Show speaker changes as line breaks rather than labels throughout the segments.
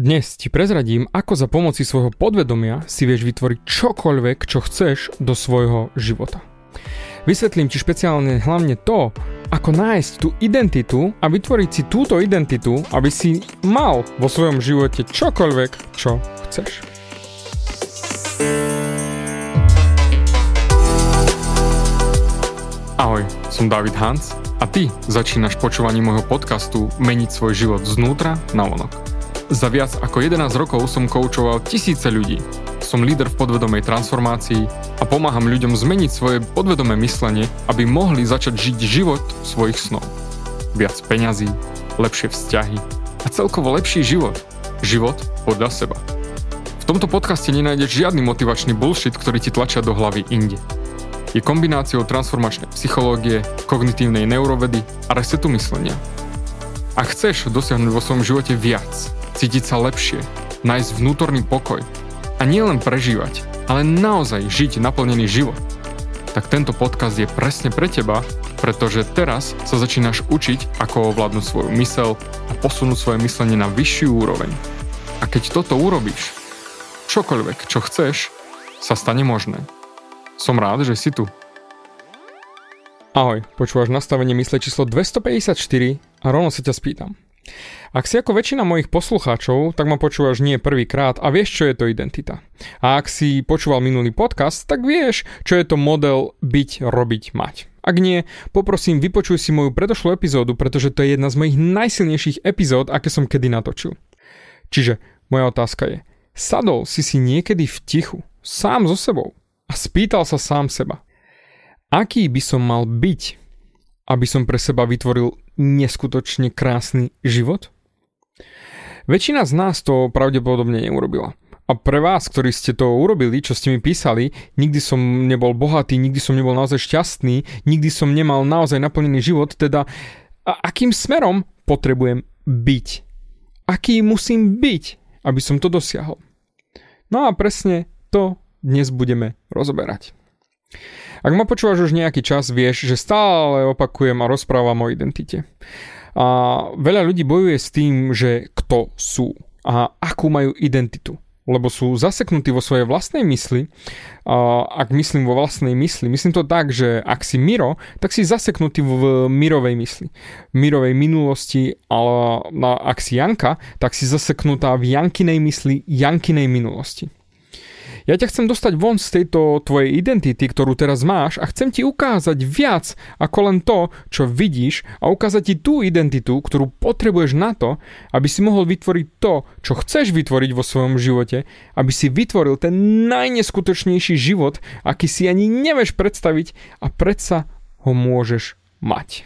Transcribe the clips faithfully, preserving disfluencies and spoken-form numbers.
Dnes ti prezradím, ako za pomoci svojho podvedomia si vieš vytvoriť čokoľvek, čo chceš do svojho života. Vysvetlím ti špeciálne hlavne to, ako nájsť tú identitu a vytvoriť si túto identitu, aby si mal vo svojom živote čokoľvek, čo chceš. Ahoj, som David Hans a ty začínaš počúvanie môjho podcastu Meniť svoj život znútra na vonok. Za viac ako jedenásť rokov som koučoval tisíce ľudí. Som líder v podvedomej transformácii a pomáham ľuďom zmeniť svoje podvedomé myslenie, aby mohli začať žiť život svojich snov. Viac peňazí, lepšie vzťahy a celkovo lepší život. Život podľa seba. V tomto podcaste nenájdeš žiadny motivačný bullshit, ktorý ti tlačia do hlavy inde. Je kombináciou transformačnej psychológie, kognitívnej neurovedy a resetu myslenia. Ak chceš dosiahnuť vo svojom živote viac, cítiť sa lepšie, nájsť vnútorný pokoj a nielen prežívať, ale naozaj žiť naplnený život, tak tento podcast je presne pre teba, pretože teraz sa začínaš učiť, ako ovládnuť svoju myseľ a posunúť svoje myslenie na vyššiu úroveň. A keď toto urobíš, čokoľvek, čo chceš, sa stane možné. Som rád, že si tu. Ahoj, počúvaš nastavenie mysle číslo dvestopäťdesiatštyri a rovno sa ťa spýtam. Ak si ako väčšina mojich poslucháčov, tak ma počúvaš nie prvýkrát a vieš, čo je to identita. A ak si počúval minulý podcast, tak vieš, čo je to model byť, robiť, mať. Ak nie, poprosím, vypočuj si moju predošlú epizódu, pretože to je jedna z mojich najsilnejších epizód, aké som kedy natočil. Čiže moja otázka je, sadol si si niekedy v tichu, sám so sebou a spýtal sa sám seba, aký by som mal byť, aby som pre seba vytvoril neskutočne krásny život? Väčšina z nás to pravdepodobne neurobila. A pre vás, ktorí ste to urobili, čo ste mi písali, nikdy som nebol bohatý, nikdy som nebol naozaj šťastný, nikdy som nemal naozaj naplnený život, teda a akým smerom potrebujem byť? Aký musím byť, aby som to dosiahol? No a presne to dnes budeme rozoberať. Ak ma počúvaš už nejaký čas, vieš, že stále opakujem a rozprávam o identite. A veľa ľudí bojuje s tým, že kto sú a akú majú identitu. Lebo sú zaseknutí vo svojej vlastnej mysli. A ak myslím vo vlastnej mysli, myslím to tak, že ak si Miro, tak si zaseknutý v Mirovej mysli. V Mirovej minulosti, ale ak si Janka, tak si zaseknutá v Jankinej mysli, Jankinej minulosti. Ja ťa chcem dostať von z tejto tvojej identity, ktorú teraz máš a chcem ti ukázať viac ako len to, čo vidíš a ukázať ti tú identitu, ktorú potrebuješ na to, aby si mohol vytvoriť to, čo chceš vytvoriť vo svojom živote, aby si vytvoril ten najneskutočnejší život, aký si ani nevieš predstaviť a predsa ho môžeš mať.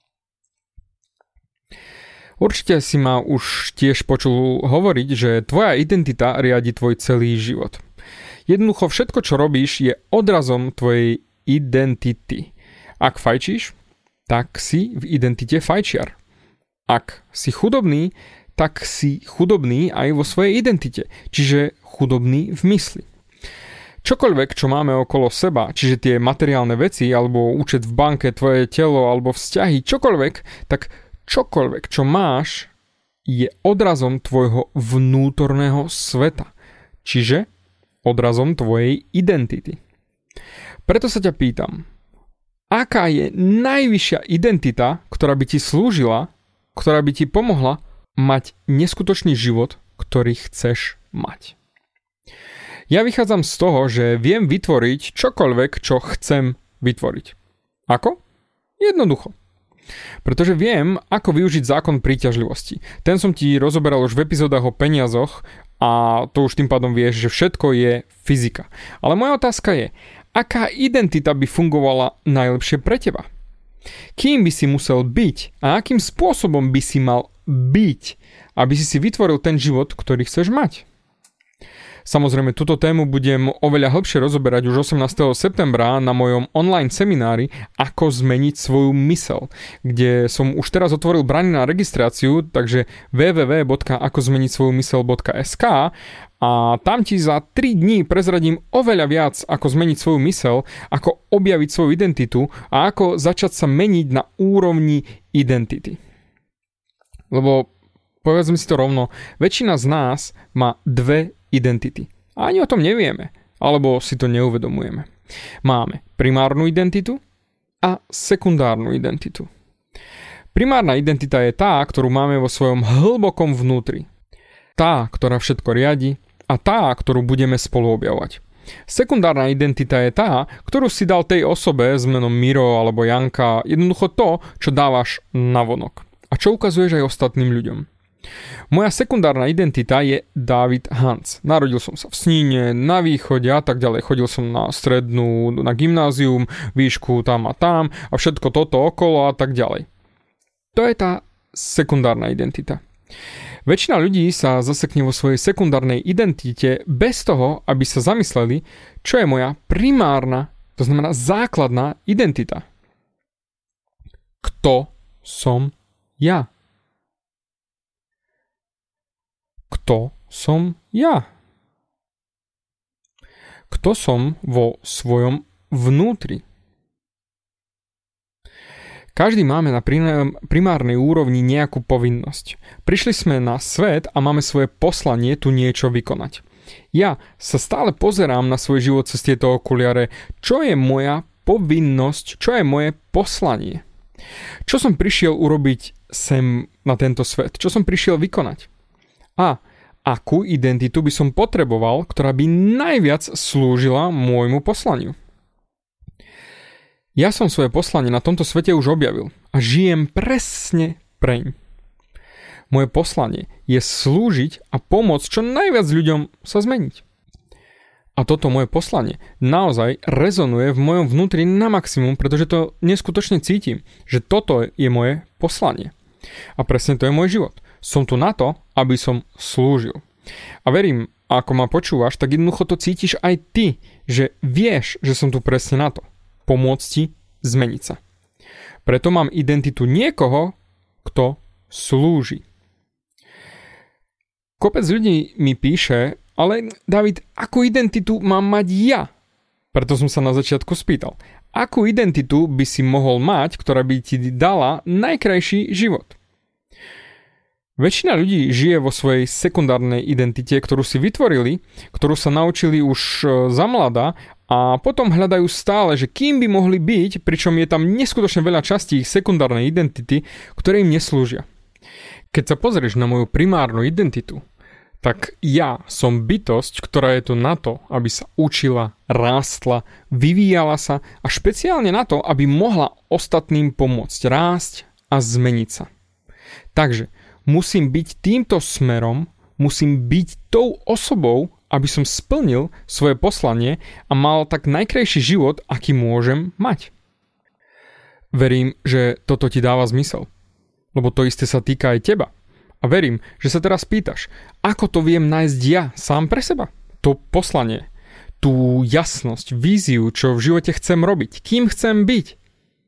Určite si ma už tiež počul hovoriť, že tvoja identita riadi tvoj celý život. Jednoducho všetko, čo robíš, je odrazom tvojej identity. Ak fajčíš, tak si v identite fajčiar. Ak si chudobný, tak si chudobný aj vo svojej identite, čiže chudobný v mysli. Čokoľvek, čo máme okolo seba, čiže tie materiálne veci, alebo účet v banke, tvoje telo, alebo vzťahy, čokoľvek, tak čokoľvek, čo máš, je odrazom tvojho vnútorného sveta. Čiže odrazom tvojej identity. Preto sa ťa pýtam, aká je najvyššia identita, ktorá by ti slúžila, ktorá by ti pomohla mať neskutočný život, ktorý chceš mať. Ja vychádzam z toho, že viem vytvoriť čokoľvek, čo chcem vytvoriť. Ako? Jednoducho. Pretože viem, ako využiť zákon príťažlivosti. Ten som ti rozoberal už v epizódach o peniazoch a to už tým pádom vieš, že všetko je fyzika. Ale moja otázka je, aká identita by fungovala najlepšie pre teba? Kým by si musel byť a akým spôsobom by si mal byť, aby si si vytvoril ten život, ktorý chceš mať? Samozrejme, túto tému budem oveľa hĺbšie rozoberať už osemnásteho septembra na mojom online seminári Ako zmeniť svoju myseľ, kde som už teraz otvoril brány na registráciu, takže w w w bodka ako zmeniť svoju myseľ bodka es ká a tam ti za tri dní prezradím oveľa viac, ako zmeniť svoju myseľ, ako objaviť svoju identitu a ako začať sa meniť na úrovni identity. Lebo Povedzme si to rovno, väčšina z nás má dve identity. A ani o tom nevieme, alebo si to neuvedomujeme. Máme primárnu identitu a sekundárnu identitu. Primárna identita je tá, ktorú máme vo svojom hlbokom vnútri. Tá, ktorá všetko riadi a tá, ktorú budeme spolu objavovať. Sekundárna identita je tá, ktorú si dal tej osobe s menom Miro alebo Janka, jednoducho to, čo dávaš navonok a čo ukazuješ aj ostatným ľuďom. Moja sekundárna identita je David Hans. Narodil som sa v Sníne, na východe a tak ďalej. Chodil som na strednú, na gymnázium, výšku tam a tam a všetko toto okolo a tak ďalej. To je tá sekundárna identita. Väčšina ľudí sa zasekne vo svojej sekundárnej identite bez toho, aby sa zamysleli, čo je moja primárna, to znamená základná identita. Kto som ja? Kto som ja? Kto som vo svojom vnútri? Každý máme na primárnej úrovni nejakú povinnosť. Prišli sme na svet a máme svoje poslanie tu niečo vykonať. Ja sa stále pozerám na svoj život cez tieto okuliare. Čo je moja povinnosť? Čo je moje poslanie? Čo som prišiel urobiť sem na tento svet? Čo som prišiel vykonať? A akú identitu by som potreboval, ktorá by najviac slúžila môjmu poslaniu? Ja som svoje poslanie na tomto svete už objavil a žijem presne preň. Moje poslanie je slúžiť a pomôcť čo najviac ľuďom sa zmeniť. A toto moje poslanie naozaj rezonuje v mojom vnútri na maximum, pretože to neskutočne cítim, že toto je moje poslanie. A presne to je môj život. Som tu na to, aby som slúžil. A verím, ako ma počúvaš, tak jednoducho to cítiš aj ty, že vieš, že som tu presne na to. Pomôcť ti zmeniť sa. Preto mám identitu niekoho, kto slúži. Kopec ľudí mi píše, ale David, akú identitu mám mať ja? Preto som sa na začiatku spýtal. Akú identitu by si mohol mať, ktorá by ti dala najkrajší život? Väčšina ľudí žije vo svojej sekundárnej identite, ktorú si vytvorili, ktorú sa naučili už za mladá a potom hľadajú stále, že kým by mohli byť, pričom je tam neskutočne veľa častí ich sekundárnej identity, ktoré im neslúžia. Keď sa pozrieš na moju primárnu identitu, tak ja som bytosť, ktorá je tu na to, aby sa učila, rástla, vyvíjala sa a špeciálne na to, aby mohla ostatným pomôcť rásť a zmeniť sa. Takže musím byť týmto smerom, musím byť tou osobou, aby som splnil svoje poslanie a mal tak najkrajší život, aký môžem mať. Verím, že toto ti dáva zmysel, lebo to isté sa týka aj teba. A verím, že sa teraz pýtaš, ako to viem nájsť ja sám pre seba? To poslanie, tú jasnosť, víziu, čo v živote chcem robiť, kým chcem byť.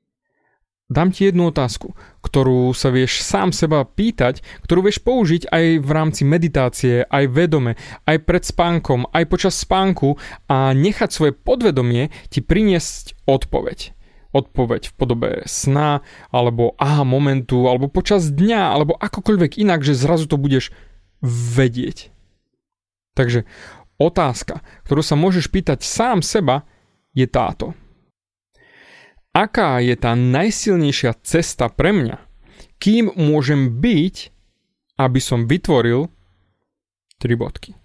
Dám ti jednu otázku, ktorú sa vieš sám seba pýtať, ktorú vieš použiť aj v rámci meditácie, aj vedome, aj pred spánkom, aj počas spánku a nechať svoje podvedomie ti priniesť odpoveď. Odpoveď v podobe sna, alebo aha momentu, alebo počas dňa, alebo akokoľvek inak, že zrazu to budeš vedieť. Takže otázka, ktorú sa môžeš pýtať sám seba, je táto. Aká je tá najsilnejšia cesta pre mňa, kým môžem byť, aby som vytvoril tri bodky.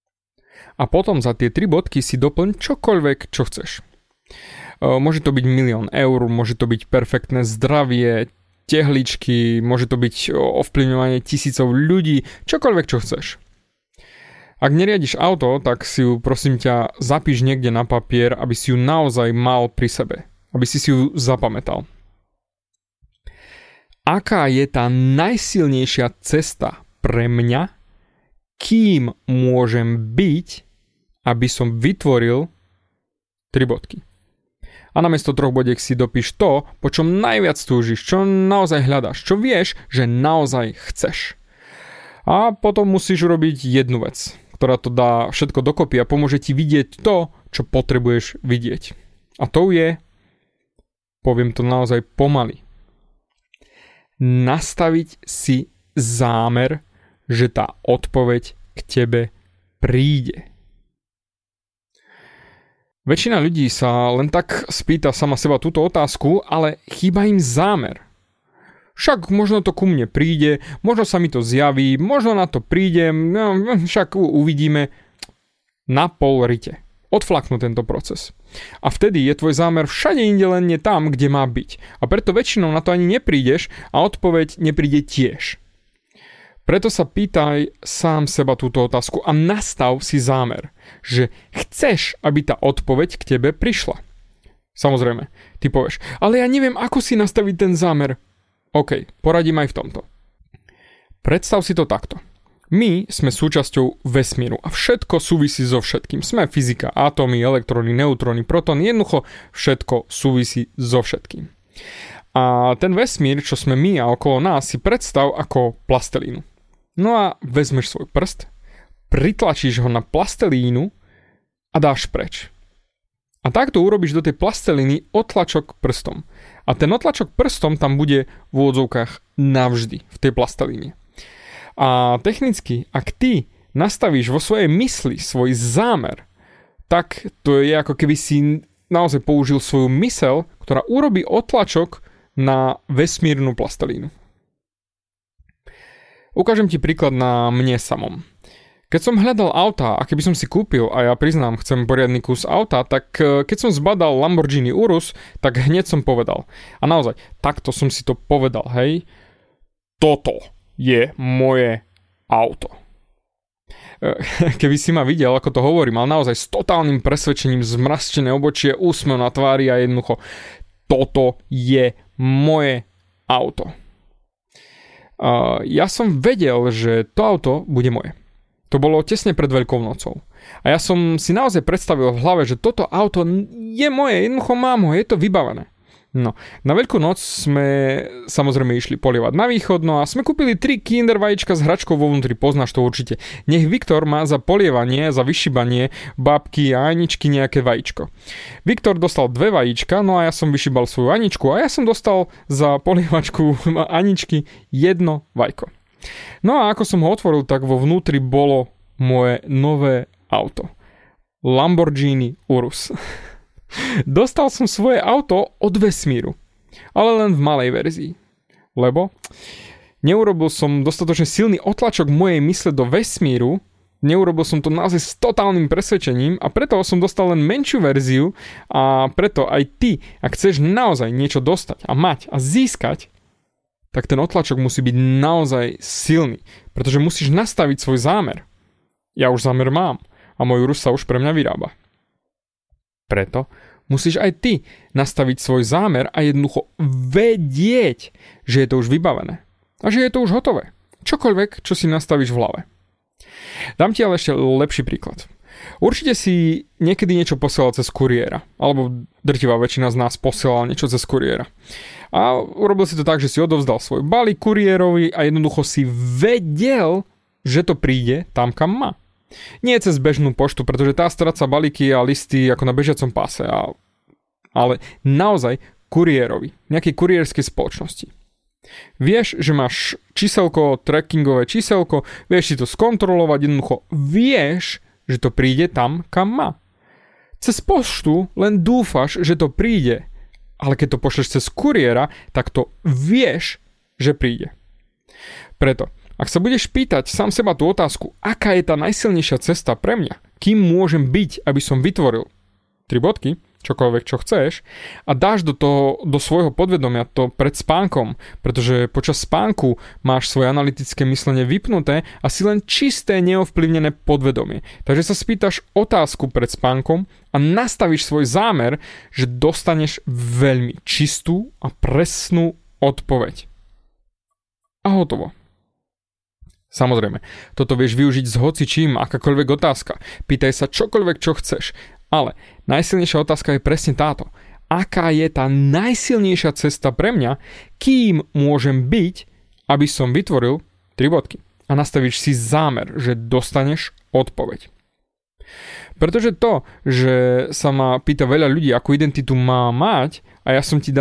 A potom za tie tri bodky si doplň čokoľvek, čo chceš. Môže to byť milión eur, môže to byť perfektné zdravie, tehličky, môže to byť ovplyvňovanie tisícov ľudí, čokoľvek, čo chceš. Ak neriadiš auto, tak si ju prosím ťa zapíš niekde na papier, aby si ju naozaj mal pri sebe. Aby si si ju zapamätal. Aká je tá najsilnejšia cesta pre mňa, kým môžem byť, aby som vytvoril tri bodky. A namiesto troch bodiek si dopíš to, po čom najviac túžiš, čo naozaj hľadáš, čo vieš, že naozaj chceš. A potom musíš urobiť jednu vec, ktorá to dá všetko dokopy a pomôže ti vidieť to, čo potrebuješ vidieť. A to je, poviem to naozaj pomaly, nastaviť si zámer že tá odpoveď k tebe príde. Väčšina ľudí sa len tak spýta sama seba túto otázku, ale chýba im zámer. Však možno to ku mne príde, možno sa mi to zjaví, možno na to prídem, no, však uvidíme. Na pol rite. Odflaknú tento proces. A vtedy je tvoj zámer všade inde, len nie tam, kde má byť. A preto väčšinou na to ani neprídeš a odpoveď nepríde tiež. Preto sa pýtaj sám seba túto otázku a nastav si zámer, že chceš, aby tá odpoveď k tebe prišla. Samozrejme, ty povieš, ale ja neviem, ako si nastaviť ten zámer. OK, poradím aj v tomto. Predstav si to takto. My sme súčasťou vesmíru a všetko súvisí so všetkým. Sme fyzika, atómy, elektróny, neutróny, protóny, jednoducho všetko súvisí so všetkým. A ten vesmír, čo sme my a okolo nás, si predstav ako plastelínu. No a vezmeš svoj prst, pritlačíš ho na plastelínu a dáš preč. A takto urobíš do tej plastelíny otlačok prstom. A ten otlačok prstom tam bude v úvodzovkách navždy v tej plastelíne. A technicky, ak ty nastavíš vo svojej mysli svoj zámer, tak to je ako keby si naozaj použil svoju myseľ, ktorá urobí otlačok na vesmírnu plastelínu. Ukážem ti príklad na mne samom. Keď som hľadal auta a keby som si kúpil, a ja priznám, chcem poriadny kus auta, tak keď som zbadal Lamborghini Urus, tak hneď som povedal. A naozaj, takto som si to povedal, hej. Toto je moje auto. Keby si ma videl, ako to hovorím, ale naozaj s totálnym presvedčením, zmračené obočie, úsmev na tvári a jednoducho toto je moje auto. Uh, ja som vedel, že to auto bude moje. To bolo tesne pred Veľkou nocou. A ja som si naozaj predstavil v hlave, že toto auto je moje, jednoducho mám ho, je to vybavené. No, na Veľkú noc sme samozrejme išli polievať na východ, no a sme kúpili tri Kinder vajíčka s hračkou vo vnútri, poznáš to určite. Nech Viktor má za polievanie, za vyšibanie babky a Aničky nejaké vajíčko. Viktor dostal dve vajíčka, no a ja som vyšibal svoju Aničku a ja som dostal za polievačku Aničky jedno vajko. No a ako som ho otvoril, tak vo vnútri bolo moje nové auto. Lamborghini Urus. Dostal som svoje auto od vesmíru, ale len v malej verzii. Lebo neurobil som dostatočne silný otlačok mojej mysle do vesmíru, neurobil som to naozaj s totálnym presvedčením a preto som dostal len menšiu verziu a preto aj ty, ak chceš naozaj niečo dostať a mať a získať, tak ten otlačok musí byť naozaj silný, pretože musíš nastaviť svoj zámer. Ja už zámer mám a môj Urus sa už pre mňa vyrába. Preto musíš aj ty nastaviť svoj zámer a jednoducho vedieť, že je to už vybavené. A že je to už hotové. Čokoľvek, čo si nastavíš v hlave. Dám ti ale ešte lepší príklad. Určite si niekedy niečo posielal cez kuriéra. Alebo drtivá väčšina z nás posielala niečo cez kuriéra. A urobil si to tak, že si odovzdal svoj balík kuriérovi a jednoducho si vedel, že to príde tam, kam má. Nie cez bežnú poštu, pretože tá stráca balíky a listy ako na bežiacom páse, ale naozaj kuriérovi, nejakej kuriérskej spoločnosti. Vieš, že máš číselko, trackingové číselko, vieš si to skontrolovať, jednoducho vieš, že to príde tam, kam má. Cez poštu len dúfaš, že to príde, ale keď to pošleš cez kuriéra, tak to vieš, že príde. Preto ak sa budeš pýtať sám seba tú otázku, aká je tá najsilnejšia cesta pre mňa, kým môžem byť, aby som vytvoril tri bodky, čokoľvek, čo chceš, a dáš do toho, do svojho podvedomia to pred spánkom, pretože počas spánku máš svoje analytické myslenie vypnuté a si len čisté, neovplyvnené podvedomie. Takže sa spýtaš otázku pred spánkom a nastavíš svoj zámer, že dostaneš veľmi čistú a presnú odpoveď. A hotovo. Samozrejme, toto vieš využiť s hocičím, akákoľvek otázka. Pýtaj sa čokoľvek, čo chceš. Ale najsilnejšia otázka je presne táto. Aká je tá najsilnejšia cesta pre mňa, kým môžem byť, aby som vytvoril tri bodky. A nastavíš si zámer, že dostaneš odpoveď. Pretože to, že sa ma pýta veľa ľudí, akú identitu má mať, a ja som ti dal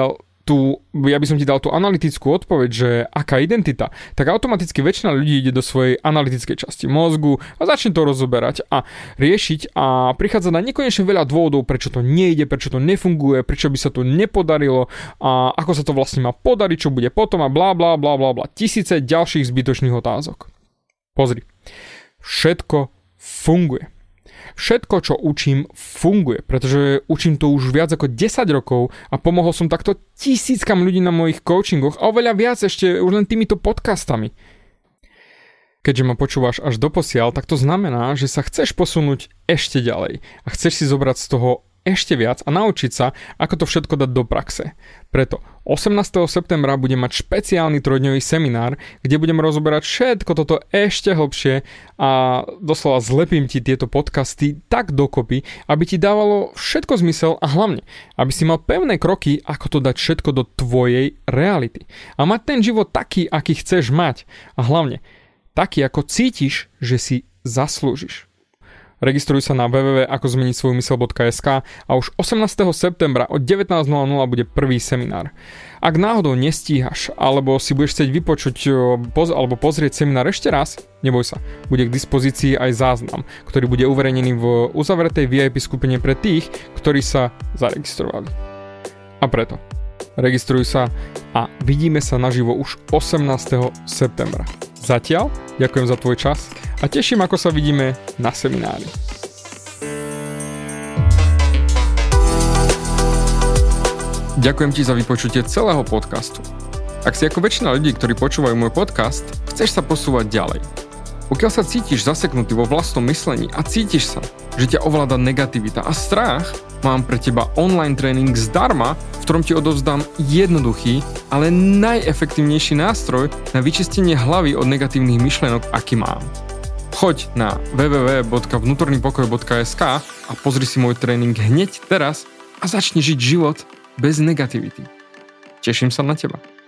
tú, ja by som ti dal tú analytickú odpoveď, že aká identita, tak automaticky väčšina ľudí ide do svojej analytickej časti mozgu a začne to rozoberať a riešiť a prichádza na nekonečne veľa dôvodov, prečo to nejde, prečo to nefunguje, prečo by sa to nepodarilo a ako sa to vlastne má podariť, čo bude potom a blá blá blá blá blá. Tisíce ďalších zbytočných otázok. Pozri, všetko funguje. Všetko, čo učím, funguje, pretože učím to už viac ako desať rokov a pomohol som takto tisíckam ľudí na mojich coachingoch a oveľa viac ešte už len týmito podcastami. Keďže ma počúvaš až doposiaľ, tak to znamená, že sa chceš posunúť ešte ďalej a chceš si zobrať z toho ešte viac a naučiť sa, ako to všetko dať do praxe. Preto osemnásteho septembra budem mať špeciálny trojdňový seminár, kde budem rozoberať všetko toto ešte hlbšie a doslova zlepím ti tieto podcasty tak dokopy, aby ti dávalo všetko zmysel a hlavne, aby si mal pevné kroky, ako to dať všetko do tvojej reality. A mať ten život taký, aký chceš mať. A hlavne, taký, ako cítiš, že si zaslúžiš. Registruj sa na w w w bodka ako zmeniť svoju mysel bodka es ká a už osemnásteho septembra od devätnásť nula nula bude prvý seminár. Ak náhodou nestíhaš, alebo si budeš chcieť vypočuť poz, alebo pozrieť seminár ešte raz, neboj sa, bude k dispozícii aj záznam, ktorý bude uverejnený v uzavretej vé í pé skupine pre tých, ktorí sa zaregistrovali. A preto, registruj sa a vidíme sa naživo už osemnásteho septembra. Zatiaľ, ďakujem za tvoj čas a teším, ako sa vidíme na seminári. Ďakujem ti za vypočutie celého podcastu. Ak si ako väčšina ľudí, ktorí počúvajú môj podcast, chceš sa posúvať ďalej. Pokiaľ sa cítiš zaseknutý vo vlastnom myslení a cítiš sa, že ťa ovláda negativita a strach, mám pre teba online tréning zdarma, v ktorom ti odovzdám jednoduchý, ale najefektívnejší nástroj na vyčistenie hlavy od negatívnych myšlienok, aký mám. Choď na w w w bodka vnútorný pokoj bodka es ká a pozri si môj tréning hneď teraz a začni žiť život bez negativity. Teším sa na teba.